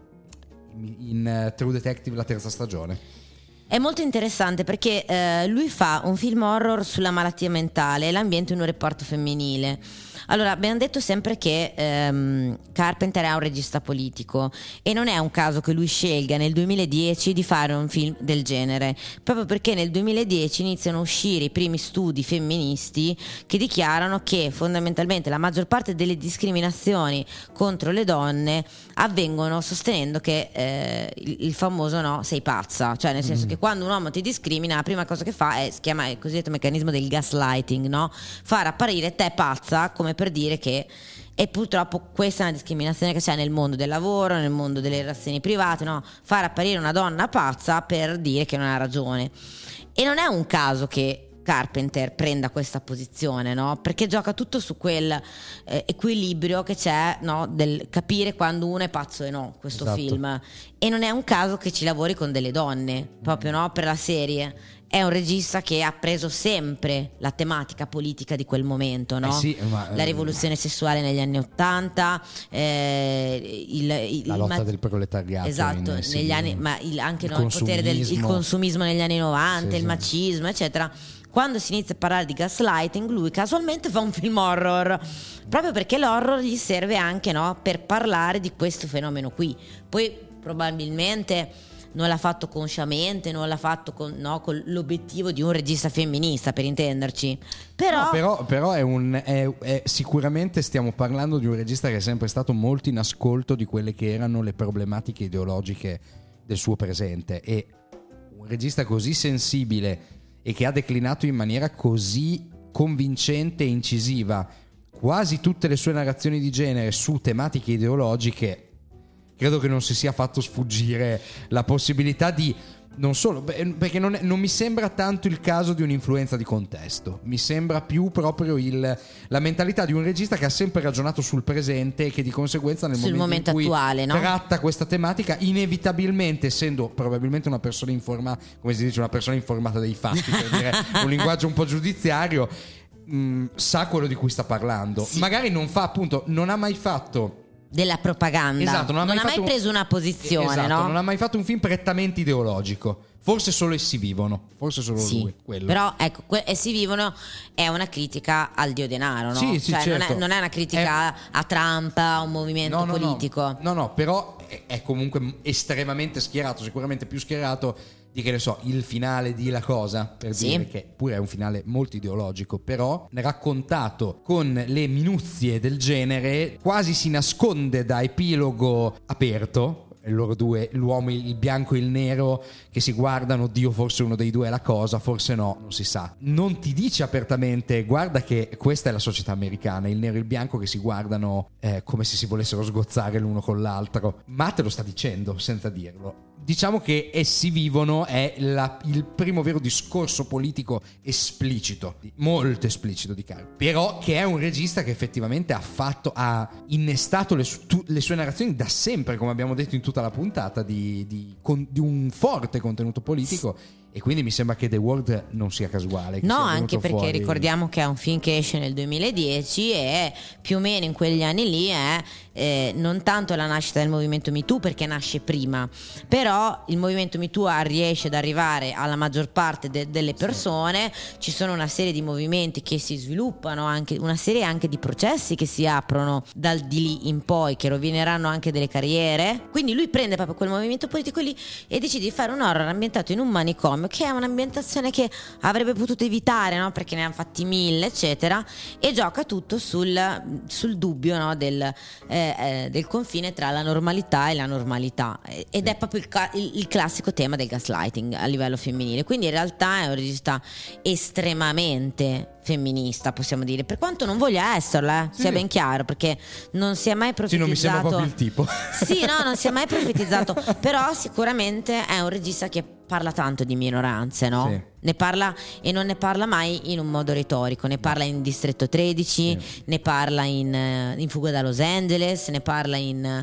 [SPEAKER 4] in, in, eh, True Detective la terza stagione.
[SPEAKER 3] È molto interessante perché eh, lui fa un film horror sulla malattia mentale e l'ambiente in un reparto femminile. Allora, abbiamo detto sempre che ehm, Carpenter è un regista politico e non è un caso che lui scelga nel duemiladieci di fare un film del genere, proprio perché nel duemiladieci iniziano a uscire i primi studi femministi che dichiarano che fondamentalmente la maggior parte delle discriminazioni contro le donne avvengono sostenendo che eh, il, il famoso no, sei pazza, cioè nel senso che quando un uomo ti discrimina la prima cosa che fa è, si chiama il cosiddetto meccanismo del gaslighting, no? Far apparire te pazza come per dire che, e purtroppo questa è una discriminazione che c'è nel mondo del lavoro, nel mondo delle relazioni private, no? Far apparire una donna pazza per dire che non ha ragione. E non è un caso che Carpenter prenda questa posizione, no? Perché gioca tutto su quel eh, equilibrio che c'è, no? Del capire quando uno è pazzo e no, questo
[SPEAKER 4] Esatto.
[SPEAKER 3] film. E non è un caso che ci lavori con delle donne, proprio, no? Per la serie. È un regista che ha preso sempre la tematica politica di quel momento, no?
[SPEAKER 4] Eh sì, ma,
[SPEAKER 3] la rivoluzione sessuale negli anni Ottanta, eh, il, il,
[SPEAKER 4] La lotta
[SPEAKER 3] ma-
[SPEAKER 4] del proletariato.
[SPEAKER 3] esatto,
[SPEAKER 4] in- sì,
[SPEAKER 3] negli anni, ma il, anche
[SPEAKER 4] il
[SPEAKER 3] no, il potere del il
[SPEAKER 4] consumismo.
[SPEAKER 3] consumismo negli anni novanta,
[SPEAKER 4] Sì,
[SPEAKER 3] il
[SPEAKER 4] sì.
[SPEAKER 3] macismo, eccetera. Quando si inizia a parlare di gaslighting, lui casualmente fa un film horror, proprio perché l'horror gli serve anche, no, per parlare di questo fenomeno qui. Poi probabilmente non l'ha fatto consciamente, non l'ha fatto con, no, con l'obiettivo di un regista femminista, per intenderci. Però,
[SPEAKER 4] No, però, però è un, è, è- sicuramente stiamo parlando di un regista che è sempre stato molto in ascolto di quelle che erano le problematiche ideologiche del suo presente, e un regista così sensibile e che ha declinato in maniera così convincente e incisiva quasi tutte le sue narrazioni di genere su tematiche ideologiche, credo che non si sia fatto sfuggire la possibilità di non solo, beh, perché non, è- non mi sembra tanto il caso di un'influenza di contesto, mi sembra più proprio il, la mentalità di un regista che ha sempre ragionato sul presente e che di conseguenza nel
[SPEAKER 3] Sul
[SPEAKER 4] momento,
[SPEAKER 3] momento
[SPEAKER 4] in cui
[SPEAKER 3] attuale, no?
[SPEAKER 4] tratta questa tematica, inevitabilmente, essendo probabilmente una persona informata, come si dice, una persona informata dei fatti, per dire un linguaggio un po' giudiziario, mh, sa quello di cui sta parlando.
[SPEAKER 3] Sì.
[SPEAKER 4] Magari non fa, appunto, non ha mai fatto
[SPEAKER 3] della propaganda.
[SPEAKER 4] Esatto, non ha mai, fatto un-
[SPEAKER 3] preso una posizione,
[SPEAKER 4] esatto,
[SPEAKER 3] no?
[SPEAKER 4] non ha mai fatto un film prettamente ideologico. Forse solo Essi vivono, forse solo
[SPEAKER 3] Sì,
[SPEAKER 4] lui, quello.
[SPEAKER 3] però ecco, que- e si vivono è una critica al dio denaro, no?
[SPEAKER 4] Sì, sì,
[SPEAKER 3] cioè non,
[SPEAKER 4] certo.
[SPEAKER 3] è, non è una critica a Trump, a un movimento
[SPEAKER 4] no, no,
[SPEAKER 3] politico.
[SPEAKER 4] No, no, no, però è, è comunque estremamente schierato, sicuramente più schierato di che ne so, il finale di La Cosa, per
[SPEAKER 3] Sì.
[SPEAKER 4] dire che pure è un finale molto ideologico, però raccontato con le minuzie del genere quasi si nasconde da epilogo aperto. Loro due, l'uomo, il bianco e il nero, che si guardano, Dio, forse uno dei due è La Cosa, forse no, non si sa. Non ti dice apertamente, guarda che questa è la società americana, il nero e il bianco che si guardano eh, come se si volessero sgozzare l'uno con l'altro, ma te lo sta dicendo senza dirlo. Diciamo che Essi vivono è la, il primo vero discorso politico esplicito, molto esplicito di Carpenter, però che è un regista che effettivamente ha fatto, ha innestato le, su, tu, le sue narrazioni da sempre, come abbiamo detto in tutta la puntata, di, di, con, di un forte contenuto politico. E quindi mi sembra che The World non sia casuale.
[SPEAKER 3] No, anche perché fuori... ricordiamo che è un film che esce nel duemiladieci e più o meno in quegli anni lì è eh, non tanto la nascita del movimento Me Too, perché nasce prima, però il movimento Me Too riesce ad arrivare alla maggior parte de- delle persone, sì. Ci sono una serie di movimenti che si sviluppano, anche una serie anche di processi che si aprono dal di lì in poi, che rovineranno anche delle carriere. Quindi lui prende proprio quel movimento politico lì e decide di fare un horror ambientato in un manicomio, che è un'ambientazione che avrebbe potuto evitare, no? Perché ne hanno fatti mille eccetera, e gioca tutto sul, sul dubbio, no? del, eh, eh, del confine tra la normalità e la normalità, ed è proprio il, il, il classico tema del gaslighting a livello femminile. Quindi in realtà è un regista estremamente femminista, possiamo dire, per quanto non voglia esserlo, eh, sì. Sia ben chiaro, perché non si è mai profetizzato.
[SPEAKER 4] Sì, non mi sembra proprio il tipo.
[SPEAKER 3] Sì, no, non si è mai profetizzato, però sicuramente è un regista che parla tanto di minoranze, no? Sì. Ne parla, e non ne parla mai in un modo retorico, ne parla in Distretto tredici, sì. Ne parla in, in Fuga da Los Angeles, ne parla in,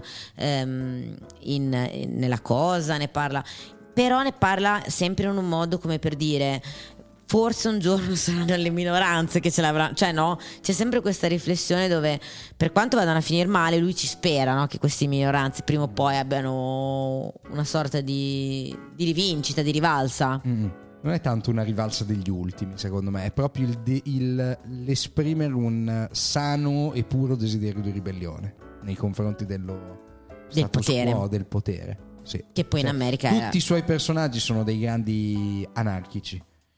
[SPEAKER 3] um, in, in nella Cosa, ne parla, però ne parla sempre in un modo come per dire: forse un giorno saranno le minoranze che ce l'avranno, cioè no, c'è sempre questa riflessione dove, per quanto vadano a finire male, lui ci spera, no? Che queste minoranze prima o poi abbiano una sorta di, di rivincita, di rivalsa.
[SPEAKER 4] Mm. Non è tanto una rivalsa degli ultimi, secondo me, è proprio il de, il, l'esprimere un sano e puro desiderio di ribellione nei confronti dello
[SPEAKER 3] del potere.
[SPEAKER 4] Quo, del potere. Sì.
[SPEAKER 3] Che poi cioè, in America
[SPEAKER 4] tutti
[SPEAKER 3] è...
[SPEAKER 4] i suoi personaggi sono dei grandi anarchici.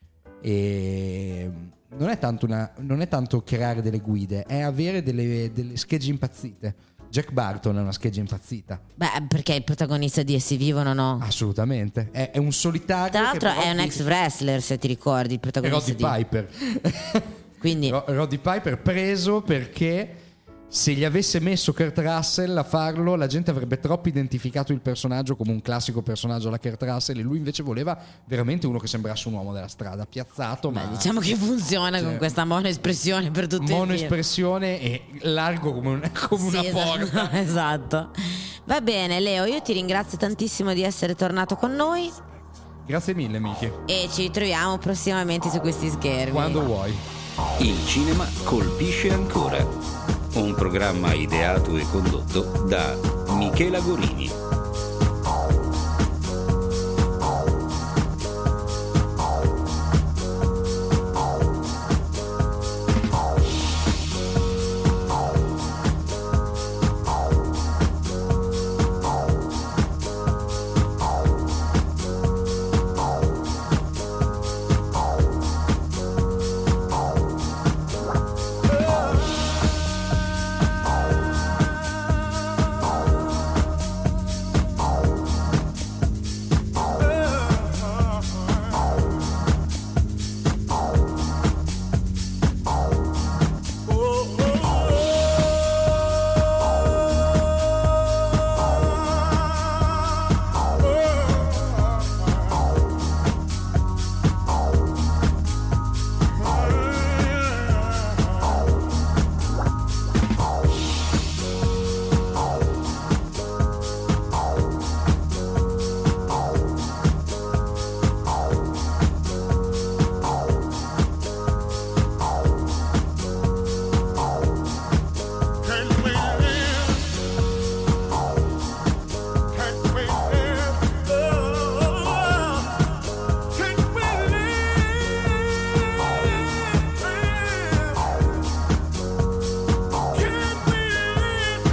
[SPEAKER 4] E non è tanto una, non è tanto creare delle guide, è avere delle, delle schegge impazzite. Jack Barton è una scheggia impazzita.
[SPEAKER 3] Beh, perché il protagonista di Essi vivono, no?
[SPEAKER 4] Assolutamente, è, è un solitario.
[SPEAKER 3] Tra l'altro
[SPEAKER 4] che
[SPEAKER 3] è un ex wrestler, se ti ricordi, il protagonista
[SPEAKER 4] Roddy
[SPEAKER 3] di...
[SPEAKER 4] Piper.
[SPEAKER 3] Quindi
[SPEAKER 4] Roddy Piper preso perché se gli avesse messo Kurt Russell a farlo, la gente avrebbe troppo identificato il personaggio come un classico personaggio alla Kurt Russell, e lui invece voleva veramente uno che sembrasse un uomo della strada, piazzato.
[SPEAKER 3] Beh,
[SPEAKER 4] ma
[SPEAKER 3] diciamo che funziona, cioè, con questa monoespressione per tutti.
[SPEAKER 4] Monoespressione e largo come, un, come
[SPEAKER 3] sì,
[SPEAKER 4] una porta.
[SPEAKER 3] Esatto. Va bene, Leo, io ti ringrazio tantissimo di essere tornato con noi.
[SPEAKER 4] Grazie mille, Miki.
[SPEAKER 3] E ci ritroviamo prossimamente su questi schermi.
[SPEAKER 4] Quando vuoi.
[SPEAKER 2] Il cinema colpisce ancora. Un programma ideato e condotto da Michela Gorini.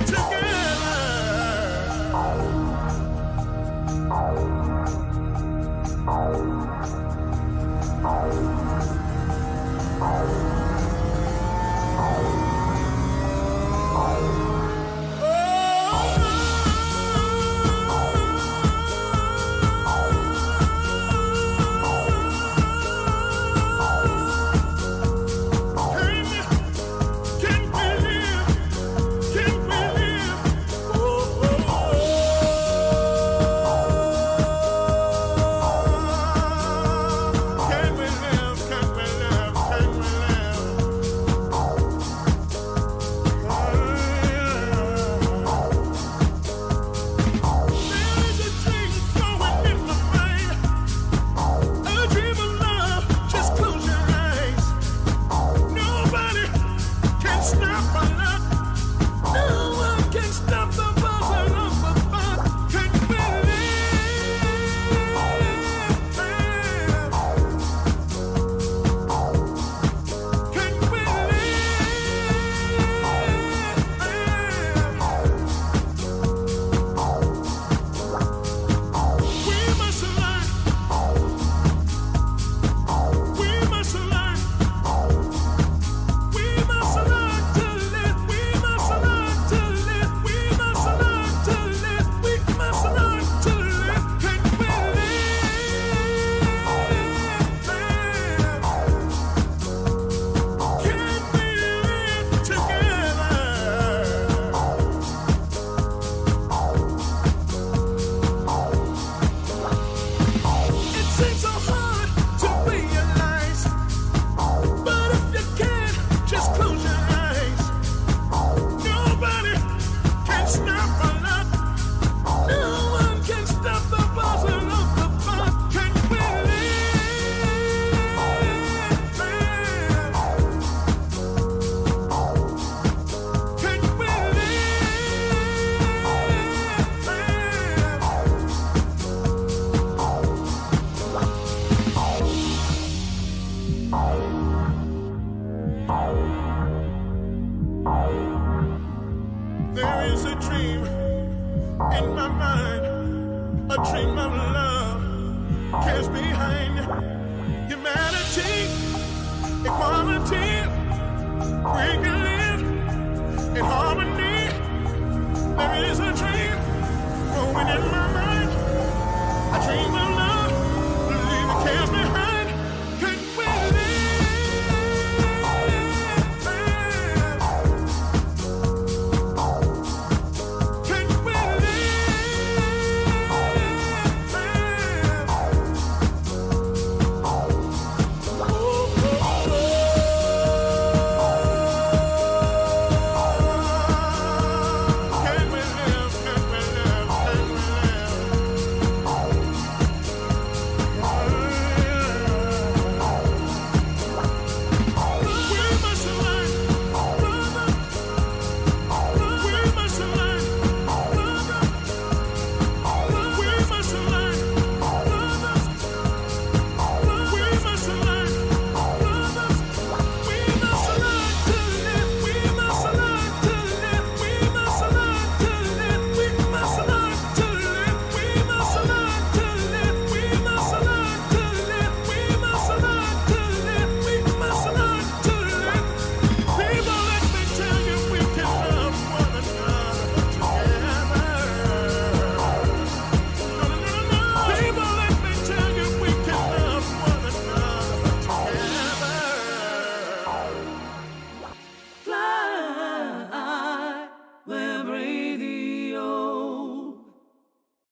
[SPEAKER 1] Oh. dream of love cares behind humanity, equality. We can live in harmony. There is a dream growing in my mind.